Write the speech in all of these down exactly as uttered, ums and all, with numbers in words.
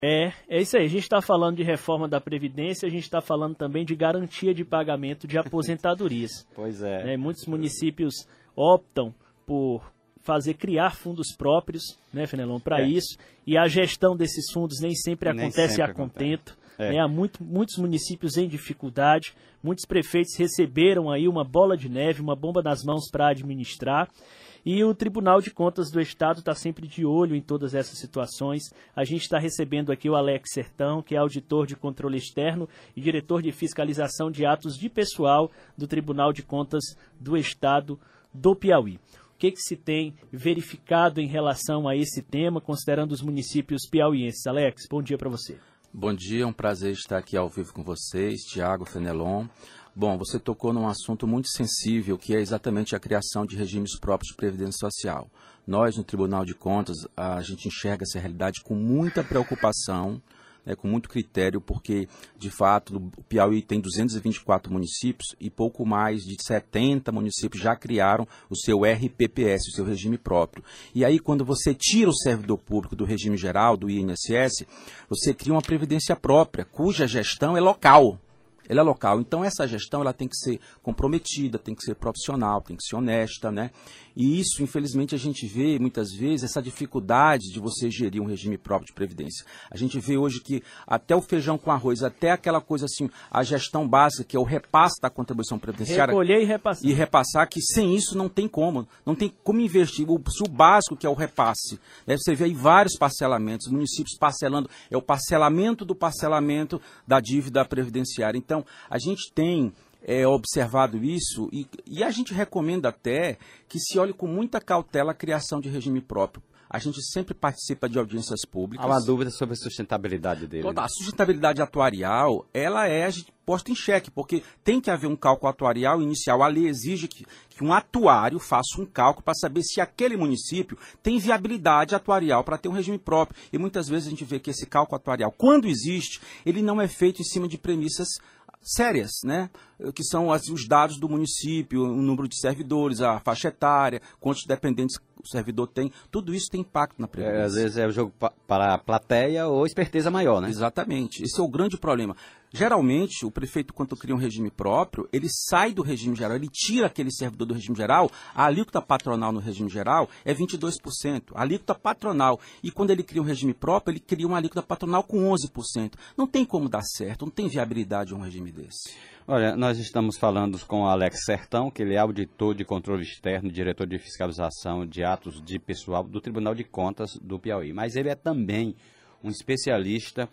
É, é isso aí. A gente está falando de reforma da Previdência, a gente está falando também de garantia de pagamento de aposentadorias. Pois é. Né? Muitos municípios optam por fazer criar fundos próprios, né, Fenelon, para é. isso, e a gestão desses fundos nem sempre nem acontece sempre a contento. É. Né? Há muito, muitos municípios em dificuldade, muitos prefeitos receberam aí uma bola de neve, uma bomba nas mãos para administrar. E o Tribunal de Contas do Estado está sempre de olho em todas essas situações. A gente está recebendo aqui o Alex Sertão, que é auditor de controle externo e diretor de fiscalização de atos de pessoal do Tribunal de Contas do Estado do Piauí. O que, que se tem verificado em relação a esse tema, considerando os municípios piauienses? Alex, bom dia para você. Bom dia, é um prazer estar aqui ao vivo com vocês, Tiago, Fenelon. Bom, você tocou num assunto muito sensível, que é exatamente a criação de regimes próprios de previdência social. Nós, no Tribunal de Contas, a gente enxerga essa realidade com muita preocupação, né, com muito critério, porque, de fato, o Piauí tem duzentos e vinte e quatro municípios e pouco mais de setenta municípios já criaram o seu R P P S, o seu regime próprio. E aí, quando você tira o servidor público do regime geral, do I N S S, você cria uma previdência própria, cuja gestão é local. Ela é local, então essa gestão ela tem que ser comprometida, tem que ser profissional, tem que ser honesta, né? E isso, infelizmente, a gente vê muitas vezes essa dificuldade de você gerir um regime próprio de previdência. A gente vê hoje que até o feijão com arroz, até aquela coisa assim, a gestão básica, que é o repasse da contribuição previdenciária. Recolher e repassar. E repassar, que sem isso não tem como, não tem como investir. O, se o básico, que é o repasse, né? Você vê aí vários parcelamentos, municípios parcelando, é o parcelamento do parcelamento da dívida previdenciária. Então, a gente tem é, observado isso e, e a gente recomenda até que se olhe com muita cautela a criação de regime próprio. A gente sempre participa de audiências públicas. Há uma dúvida sobre a sustentabilidade dele. Toda a sustentabilidade atuarial, ela é posta em xeque, porque tem que haver um cálculo atuarial inicial. A lei exige que, que um atuário faça um cálculo para saber se aquele município tem viabilidade atuarial para ter um regime próprio. E muitas vezes a gente vê que esse cálculo atuarial, quando existe, ele não é feito em cima de premissas sérias, né? Que são assim, os dados do município, o número de servidores, a faixa etária, quantos dependentes o servidor tem, tudo isso tem impacto na previdência. É, às vezes é o jogo pa para a plateia ou esperteza maior, né? Exatamente, esse é o grande problema. Geralmente, o prefeito, quando cria um regime próprio, ele sai do regime geral, ele tira aquele servidor do regime geral, a alíquota patronal no regime geral é vinte e dois por cento, a alíquota patronal. E quando ele cria um regime próprio, ele cria uma alíquota patronal com onze por cento. Não tem como dar certo, não tem viabilidade um regime desse. Olha, nós estamos falando com o Alex Sertão, que ele é auditor de controle externo, diretor de fiscalização de atos de pessoal do Tribunal de Contas do Piauí. Mas ele é também um especialista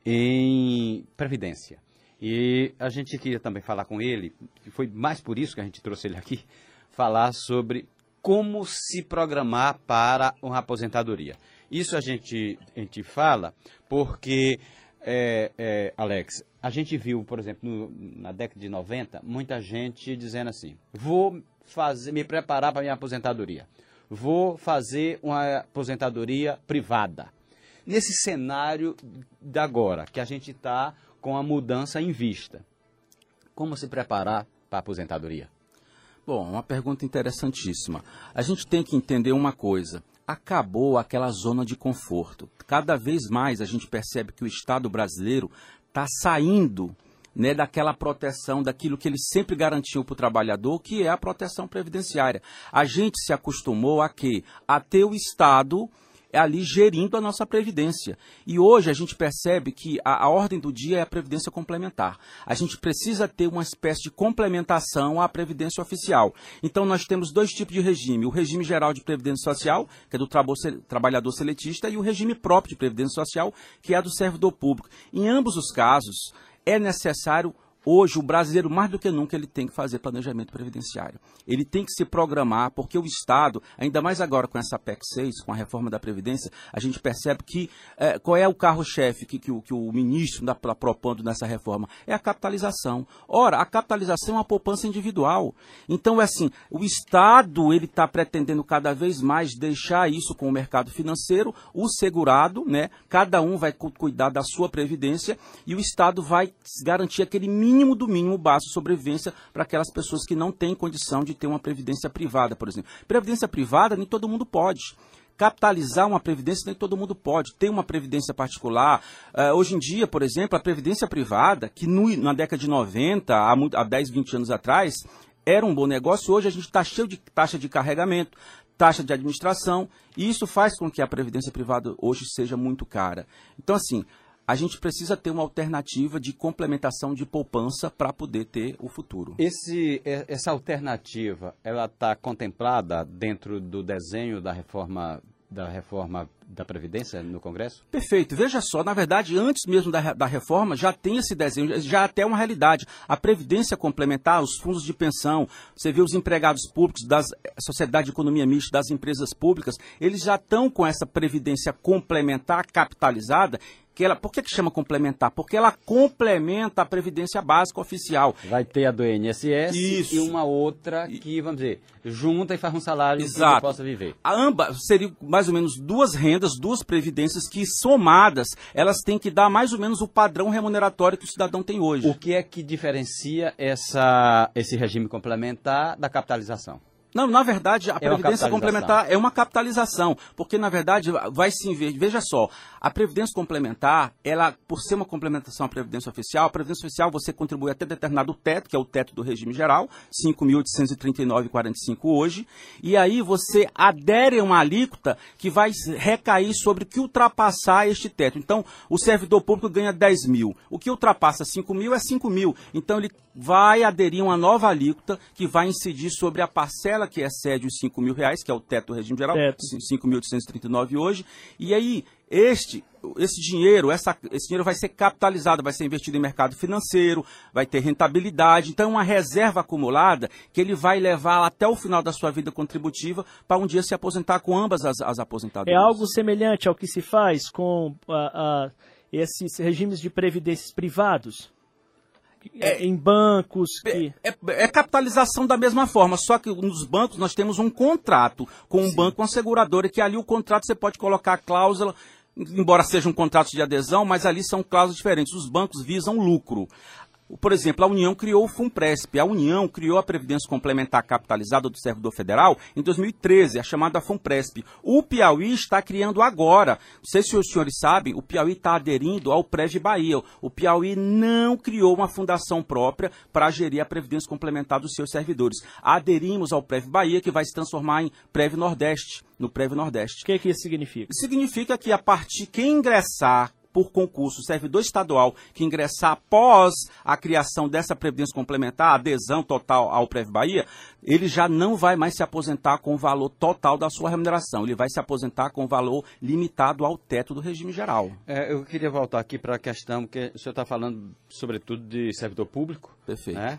em previdência. E a gente queria também falar com ele, e foi mais por isso que a gente trouxe ele aqui, falar sobre como se programar para uma aposentadoria. Isso a gente, a gente fala porque, é, é, Alex, a gente viu, por exemplo, no, na década de noventa, muita gente dizendo assim, vou fazer, me preparar para a minha aposentadoria, vou fazer uma aposentadoria privada. Nesse cenário de agora, que a gente está com a mudança em vista, como se preparar para a aposentadoria? Bom, uma pergunta interessantíssima. A gente tem que entender uma coisa. Acabou aquela zona de conforto. Cada vez mais a gente percebe que o Estado brasileiro está saindo, né, daquela proteção, daquilo que ele sempre garantiu para o trabalhador, que é a proteção previdenciária. A gente se acostumou a quê? A ter o Estado ali gerindo a nossa previdência. E hoje a gente percebe que a, a ordem do dia é a previdência complementar. A gente precisa ter uma espécie de complementação à previdência oficial. Então nós temos dois tipos de regime. O regime geral de previdência social, que é do trabo, trabalhador seletista, e o regime próprio de previdência social, que é do servidor público. Em ambos os casos, é necessário. Hoje, o brasileiro, mais do que nunca, ele tem que fazer planejamento previdenciário. Ele tem que se programar, porque o Estado, ainda mais agora com essa P E C seis, com a reforma da Previdência, a gente percebe que é, qual é o carro-chefe que, que, que o ministro está propondo nessa reforma? É a capitalização. Ora, a capitalização é uma poupança individual. Então, é assim, o Estado ele está pretendendo cada vez mais deixar isso com o mercado financeiro, o segurado, né? Cada um vai cuidar da sua previdência e o Estado vai garantir aquele mínimo mínimo do mínimo básico de sobrevivência para aquelas pessoas que não têm condição de ter uma previdência privada, por exemplo. Previdência privada nem todo mundo pode. capitalizar uma previdência nem todo mundo pode. Tem uma previdência particular. Uh, hoje em dia, por exemplo, a previdência privada, que no, na década de noventa, há, há dez, vinte anos atrás, era um bom negócio, hoje a gente está cheio de taxa de carregamento, taxa de administração, e isso faz com que a previdência privada hoje seja muito cara. Então, assim, a gente precisa ter uma alternativa de complementação de poupança para poder ter o futuro. Esse, essa alternativa, ela está contemplada dentro do desenho da reforma, da reforma da Previdência no Congresso? Perfeito. Veja só, na verdade, antes mesmo da, da reforma, já tem esse desenho, já até uma realidade. A Previdência complementar, os fundos de pensão, você vê os empregados públicos da Sociedade de Economia Mista, das empresas públicas, eles já estão com essa Previdência complementar capitalizada. Que ela, por que, que chama complementar? Porque ela complementa a Previdência Básica Oficial. Vai ter a do I N S S Isso. E uma outra que, vamos dizer, junta e faz um salário Exato. que possa viver. A ambas seriam mais ou menos duas rendas, duas previdências que, somadas, elas têm que dar mais ou menos o padrão remuneratório que o cidadão tem hoje. O que é que diferencia essa, esse regime complementar da capitalização? Não, na verdade, a é Previdência Complementar é uma capitalização, porque, na verdade, vai se inverter. Veja só, a Previdência Complementar, ela, por ser uma complementação à Previdência Oficial, a Previdência Oficial você contribui até determinado teto, que é o teto do regime geral, cinco mil oitocentos e trinta e nove vírgula quarenta e cinco hoje, e aí você adere a uma alíquota que vai recair sobre o que ultrapassar este teto. Então, o servidor público ganha dez mil, o que ultrapassa cinco mil é cinco mil, então ele vai aderir a uma nova alíquota que vai incidir sobre a parcela que excede os cinco mil reais, que é o teto do regime geral, cinco mil oitocentos e trinta e nove hoje, e aí este, esse dinheiro, essa, esse dinheiro vai ser capitalizado, vai ser investido em mercado financeiro, vai ter rentabilidade, então é uma reserva acumulada que ele vai levar até o final da sua vida contributiva para um dia se aposentar com ambas as, as aposentadorias. É algo semelhante ao que se faz com uh, uh, esses regimes de previdências privados? É, em bancos que... É, é, é capitalização da mesma forma, só que nos bancos nós temos um contrato com um Sim. banco, uma seguradora, que ali o contrato você pode colocar a cláusula, embora seja um contrato de adesão, mas ali são cláusulas diferentes. Os bancos visam lucro. Por exemplo, a União criou o FUNPRESP. A União criou a Previdência Complementar Capitalizada do Servidor Federal em dois mil e treze, a chamada FUNPRESP. O Piauí está criando agora. Não sei se os senhores sabem, o Piauí está aderindo ao Prev Bahia. O Piauí não criou uma fundação própria para gerir a Previdência Complementar dos seus servidores. Aderimos ao Prev Bahia, que vai se transformar em Prev Nordeste, no Prev Nordeste. O que, que isso significa? Significa que a partir quem ingressar por concurso, o servidor estadual que ingressar após a criação dessa Previdência Complementar, a adesão total ao Prev Bahia, ele já não vai mais se aposentar com o valor total da sua remuneração, ele vai se aposentar com o valor limitado ao teto do regime geral. É, eu queria voltar aqui para a questão, que o senhor está falando, sobretudo, de servidor público. Perfeito. Né?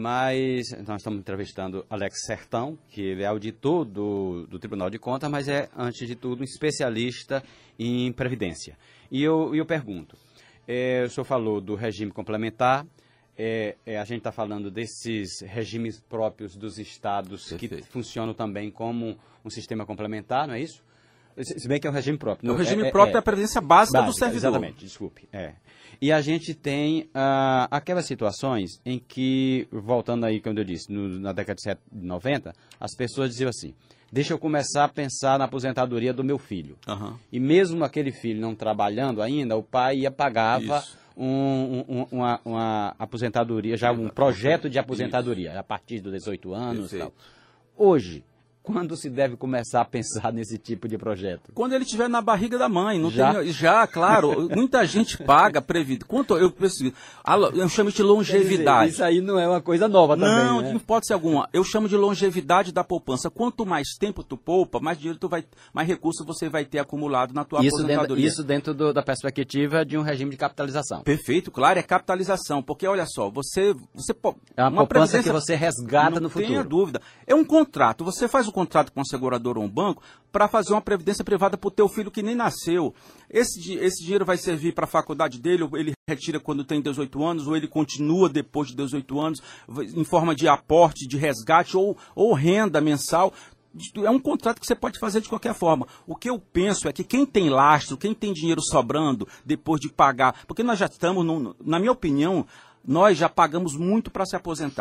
Mas nós estamos entrevistando Alex Sertão, que ele é auditor do, do Tribunal de Contas, mas é, antes de tudo, um especialista em Previdência. E eu, eu pergunto, é, o senhor falou do regime complementar, é, é, a gente está falando desses regimes próprios dos estados Perfeito. Que funcionam também como um sistema complementar, não é isso? Se bem que é um regime próprio. O regime é, próprio é, é a previdência básica, básica do servidor. Exatamente, desculpe. É. E a gente tem uh, aquelas situações em que, voltando aí, como eu disse, no, na década de noventa, as pessoas diziam assim, deixa eu começar a pensar na aposentadoria do meu filho. Uhum. E mesmo aquele filho não trabalhando ainda, o pai ia pagava um, um, uma, uma aposentadoria, já um projeto de aposentadoria, Isso. a partir dos dezoito anos e tal. Hoje, quando se deve começar a pensar nesse tipo de projeto? Quando ele estiver na barriga da mãe. Não já? Tem, já, claro. Muita gente paga previdência. Quanto eu penso, eu chamo de longevidade. Dizer, isso aí não é uma coisa nova também, Não, né? Não pode ser alguma. Eu chamo de longevidade da poupança. Quanto mais tempo tu poupa, mais dinheiro tu vai, mais recursos você vai ter acumulado na tua isso aposentadoria. Dentro, isso dentro do, da perspectiva de um regime de capitalização. Perfeito, claro, é capitalização. Porque, olha só, você... você é uma, uma poupança que você resgata no futuro. Não tenha dúvida. É um contrato. Você faz o contrato com a seguradora ou um banco para fazer uma previdência privada para o teu filho que nem nasceu. Esse, esse dinheiro vai servir para a faculdade dele, ou ele retira quando tem dezoito anos, ou ele continua depois de dezoito anos, em forma de aporte, de resgate ou, ou renda mensal. É um contrato que você pode fazer de qualquer forma. O que eu penso é que quem tem lastro, quem tem dinheiro sobrando depois de pagar, porque nós já estamos, num, na minha opinião, nós já pagamos muito para se aposentar.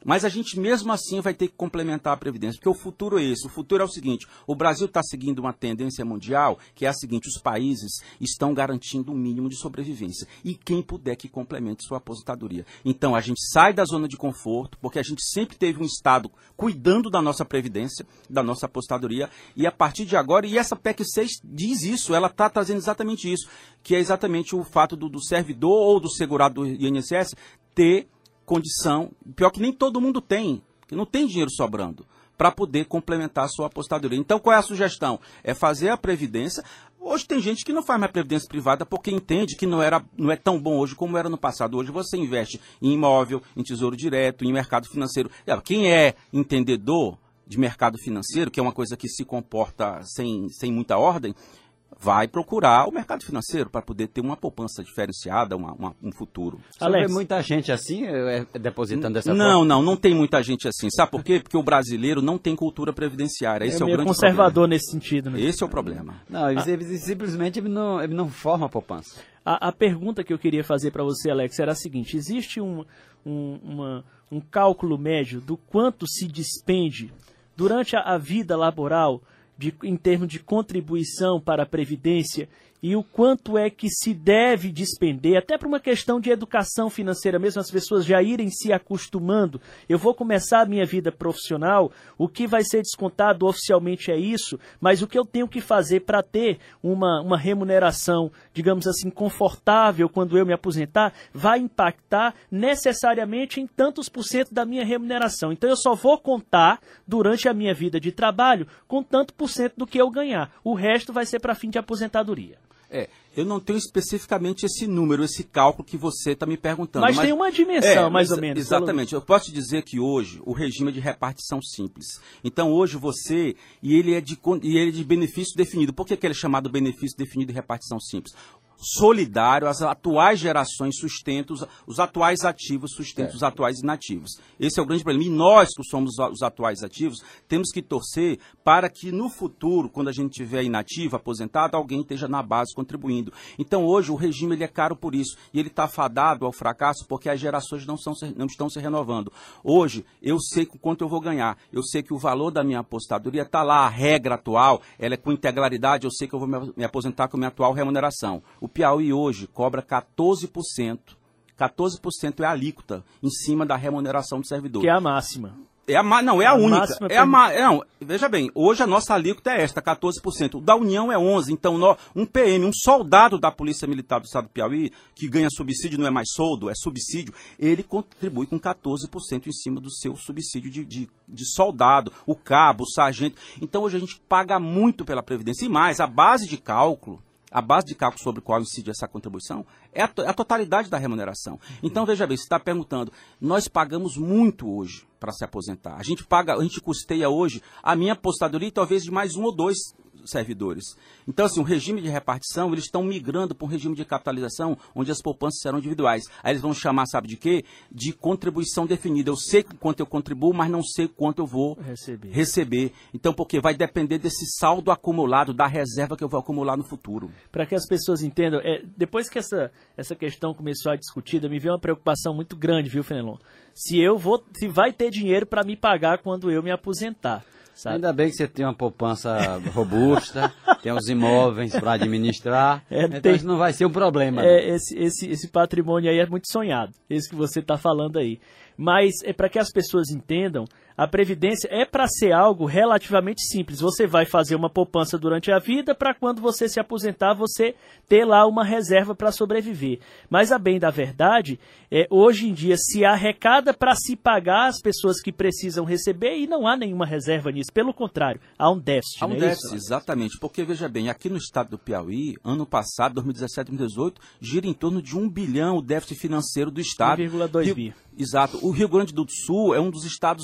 Mas a gente mesmo assim vai ter que complementar a Previdência, porque o futuro é esse. O futuro é o seguinte, o Brasil está seguindo uma tendência mundial, que é a seguinte, os países estão garantindo um mínimo de sobrevivência. E quem puder que complemente sua aposentadoria. Então a gente sai da zona de conforto, porque a gente sempre teve um Estado cuidando da nossa Previdência, da nossa aposentadoria, e a partir de agora, e essa P E C seis diz isso, ela está trazendo exatamente isso, que é exatamente o fato do, do servidor ou do segurado do I N S S ter condição, pior que nem todo mundo tem, que não tem dinheiro sobrando, para poder complementar a sua aposentadoria. Então, qual é a sugestão? É fazer a Previdência. Hoje tem gente que não faz mais Previdência privada porque entende que não, era, não é tão bom hoje como era no passado. Hoje você investe em imóvel, em tesouro direto, em mercado financeiro. Quem é entendedor de mercado financeiro, que é uma coisa que se comporta sem, sem muita ordem, vai procurar o mercado financeiro para poder ter uma poupança diferenciada, uma, uma, um futuro. Alex, muita gente assim é, depositando dessa não, forma? Não, não, não tem muita gente assim. Sabe por quê? Porque o brasileiro não tem cultura previdenciária. Esse é, é o meio grande conservador problema. nesse sentido, né? Esse é o problema. Não, ele, ah. ele, simplesmente ele não, ele não forma a poupança. A, a pergunta que eu queria fazer para você, Alex, era a seguinte: existe um, um, uma, um cálculo médio do quanto se despende durante a, a vida laboral De, em termos de contribuição para a Previdência e o quanto é que se deve despender, até para uma questão de educação financeira mesmo, as pessoas já irem se acostumando. Eu vou começar a minha vida profissional, o que vai ser descontado oficialmente é isso, mas o que eu tenho que fazer para ter uma, uma remuneração, digamos assim, confortável quando eu me aposentar, vai impactar necessariamente em tantos por cento da minha remuneração. Então eu só vou contar durante a minha vida de trabalho com tanto por cento do que eu ganhar. O resto vai ser para fim de aposentadoria. É, eu não tenho especificamente esse número, esse cálculo que você está me perguntando. Mas, mas tem uma dimensão, é, mais ou menos. Exatamente. Eu posso te dizer que hoje o regime é de repartição simples. Então hoje você, e ele é de, e ele é de benefício definido. Por que, que ele é chamado benefício definido e repartição simples? Solidário, as atuais gerações sustentam, os atuais ativos sustentam é. os atuais inativos. Esse é o grande problema. E nós, que somos os atuais ativos, temos que torcer para que no futuro, quando a gente tiver inativo, aposentado, alguém esteja na base contribuindo. Então hoje o regime ele é caro por isso. E ele está fadado ao fracasso porque as gerações não, são, não estão se renovando. Hoje eu sei quanto eu vou ganhar. Eu sei que o valor da minha aposentadoria está lá. A regra atual, ela é com integralidade. Eu sei que eu vou me aposentar com a minha atual remuneração. O Piauí hoje cobra quatorze por cento. quatorze por cento é a alíquota em cima da remuneração do servidor. Que é a máxima. É a, não, é a, a única. É a, não, veja bem, hoje a nossa alíquota é esta, quatorze por cento. O da União é onze por cento. Então, no, um P M, um soldado da Polícia Militar do Estado do Piauí, que ganha subsídio, não é mais soldo, é subsídio, ele contribui com quatorze por cento em cima do seu subsídio de, de, de soldado, o cabo, o sargento. Então, hoje a gente paga muito pela Previdência. E mais, a base de cálculo, a base de cálculo sobre qual incide essa contribuição é a, to a totalidade da remuneração. Então, veja bem, você está perguntando, nós pagamos muito hoje para se aposentar. A gente paga, a gente custeia hoje a minha aposentadoria e talvez de mais um ou dois servidores. Então, assim, o regime de repartição, eles estão migrando para um regime de capitalização onde as poupanças serão individuais. Aí eles vão chamar, sabe de quê? De contribuição definida. Eu sei quanto eu contribuo, mas não sei quanto eu vou receber. receber. Então, porque vai depender desse saldo acumulado, da reserva que eu vou acumular no futuro. Para que as pessoas entendam, é, depois que essa, essa questão começou a discutida, me veio uma preocupação muito grande, viu, Fenelon? Se eu vou, se vai ter dinheiro para me pagar quando eu me aposentar. Sabe? Ainda bem que você tem uma poupança robusta, tem os imóveis para administrar, é, então tem, isso não vai ser um problema. É, esse, esse, esse patrimônio aí é muito sonhado, esse que você está falando aí. Mas é para que as pessoas entendam, a Previdência é para ser algo relativamente simples. Você vai fazer uma poupança durante a vida para quando você se aposentar, você ter lá uma reserva para sobreviver. Mas a bem da verdade, é, hoje em dia se arrecada para se pagar as pessoas que precisam receber e não há nenhuma reserva nisso. Pelo contrário, há um déficit. Há um déficit, isso? Exatamente. Porque, veja bem, aqui no estado do Piauí, ano passado, dois mil e dezessete, dois mil e dezoito, gira em torno de um bilhão o déficit financeiro do estado. um vírgula dois bi. Exato. O Rio Grande do Sul é um dos estados mais quebrados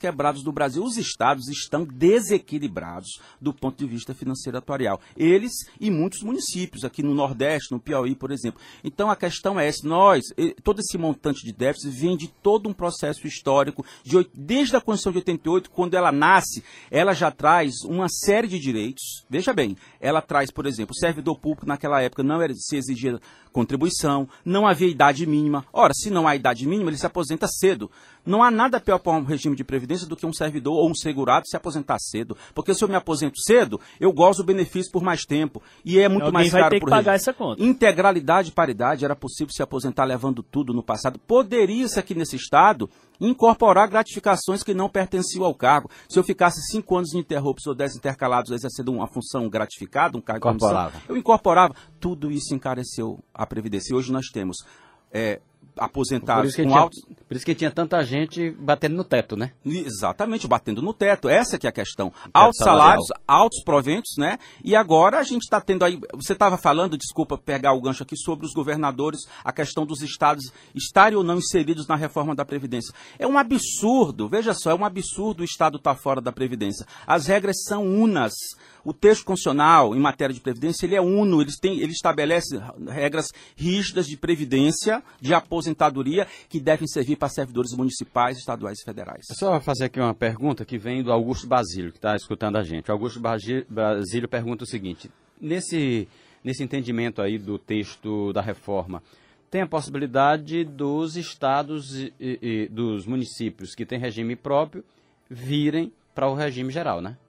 quebrados do Brasil. Os estados estão desequilibrados do ponto de vista financeiro atuarial. Eles e muitos municípios, aqui no Nordeste, no Piauí, por exemplo. Então, a questão é essa. Nós, todo esse montante de déficit vem de todo um processo histórico, de, desde a Constituição de oitenta e oito, quando ela nasce, ela já traz uma série de direitos. Veja bem, ela traz, por exemplo, o servidor público naquela época não era, se exigia contribuição, não havia idade mínima. Ora, se não há idade mínima, ele se aposenta cedo. Não há nada pior para um regime de previdência do que um servidor ou um segurado se aposentar cedo. Porque se eu me aposento cedo, eu gozo do benefício por mais tempo. E é muito Alguém mais vai caro ter que pro pagar regime. essa conta. Integralidade e paridade, era possível se aposentar levando tudo no passado. Poderia-se aqui nesse estado incorporar gratificações que não pertenciam ao cargo. Se eu ficasse cinco anos ininterruptos ou dez intercalados exercendo uma função gratificada, um cargo de função, eu incorporava. Tudo isso encareceu a Previdência. E hoje nós temos é, aposentados com tinha, altos... Por isso que tinha tanta gente batendo no teto, né? Exatamente, batendo no teto. Essa que é a questão. Altos salários, altos proventos, né? E agora a gente está tendo aí... Você estava falando, desculpa pegar o gancho aqui, sobre os governadores, a questão dos estados estarem ou não inseridos na reforma da Previdência. É um absurdo, veja só, é um absurdo o Estado estar fora da Previdência. As regras são unas. O texto constitucional em matéria de Previdência, ele é uno, ele, tem, ele estabelece regras rígidas de Previdência, de aposentadoria, que devem servir para servidores municipais, estaduais e federais. É só fazer aqui uma pergunta que vem do Augusto Basílio, que está escutando a gente. O Augusto Basílio pergunta o seguinte: nesse, nesse entendimento aí do texto da reforma, tem a possibilidade dos estados e, e, e dos municípios que têm regime próprio virem para o regime geral, né?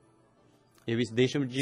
Eles deixam de,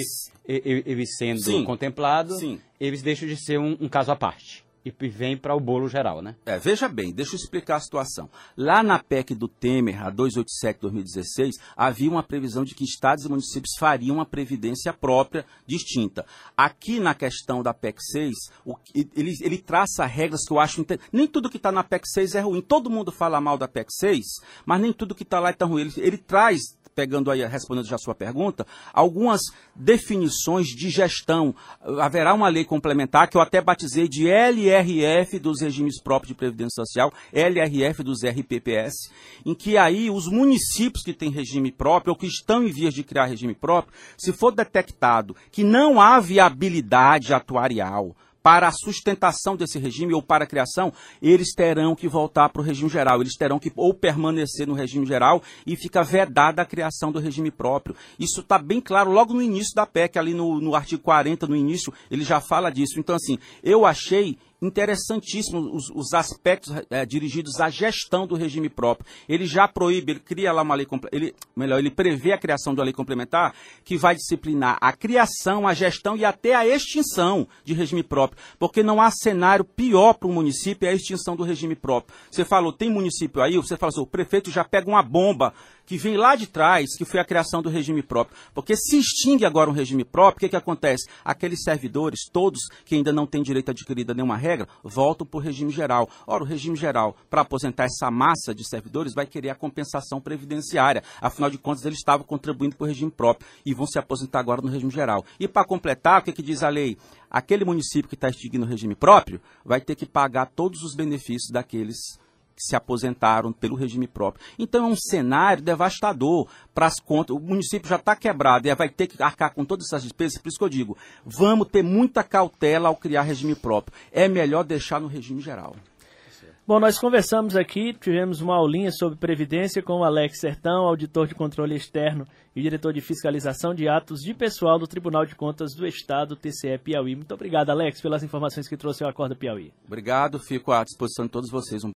eles sendo sim, contemplados, sim. eles deixam de ser um, um caso à parte. E vem para o bolo geral, né? É, veja bem, deixa eu explicar a situação. Lá na P E C do Temer, a duzentos e oitenta e sete de dois mil e dezesseis, havia uma previsão de que estados e municípios fariam uma previdência própria, distinta. Aqui na questão da P E C seis, o, ele, ele traça regras que eu acho... Inter... Nem tudo que está na P E C seis é ruim. Todo mundo fala mal da P E C seis, mas nem tudo que está lá é tão ruim. Ele, ele traz... pegando aí, respondendo já a sua pergunta, algumas definições de gestão. Haverá uma lei complementar que eu até batizei de L R F dos regimes próprios de Previdência Social, L R F dos R P P S, em que aí os municípios que têm regime próprio ou que estão em vias de criar regime próprio, se for detectado que não há viabilidade atuarial para a sustentação desse regime ou para a criação, eles terão que voltar para o regime geral. Eles terão que ou permanecer no regime geral e fica vedada a criação do regime próprio. Isso está bem claro logo no início da P E C, ali no, no artigo quarenta, no início, ele já fala disso. Então, assim, eu achei interessantíssimo os, os aspectos é, dirigidos à gestão do regime próprio. Ele já proíbe, ele cria lá uma lei, ele, melhor, ele prevê a criação de uma lei complementar que vai disciplinar a criação, a gestão e até a extinção de regime próprio, porque não há cenário pior para o município, é a extinção do regime próprio. Você falou, tem município aí, você fala assim, o prefeito já pega uma bomba que vem lá de trás, que foi a criação do regime próprio. Porque se extingue agora um regime próprio, o que, que acontece? Aqueles servidores, todos que ainda não têm direito adquirido a nenhuma regra, voltam para o regime geral. Ora, o regime geral, para aposentar essa massa de servidores, vai querer a compensação previdenciária. Afinal de contas, eles estavam contribuindo para o regime próprio e vão se aposentar agora no regime geral. E para completar, o que, que diz a lei? Aquele município que está extinguindo o regime próprio vai ter que pagar todos os benefícios daqueles que se aposentaram pelo regime próprio. Então é um cenário devastador para as contas. O município já está quebrado e vai ter que arcar com todas essas despesas. Por isso que eu digo, vamos ter muita cautela ao criar regime próprio. É melhor deixar no regime geral. Bom, nós conversamos aqui, tivemos uma aulinha sobre Previdência com o Alex Sertão, auditor de controle externo e diretor de fiscalização de atos de pessoal do Tribunal de Contas do Estado, T C E Piauí. Muito obrigado, Alex, pelas informações que trouxe ao Acorda Piauí. Obrigado, fico à disposição de todos vocês. Um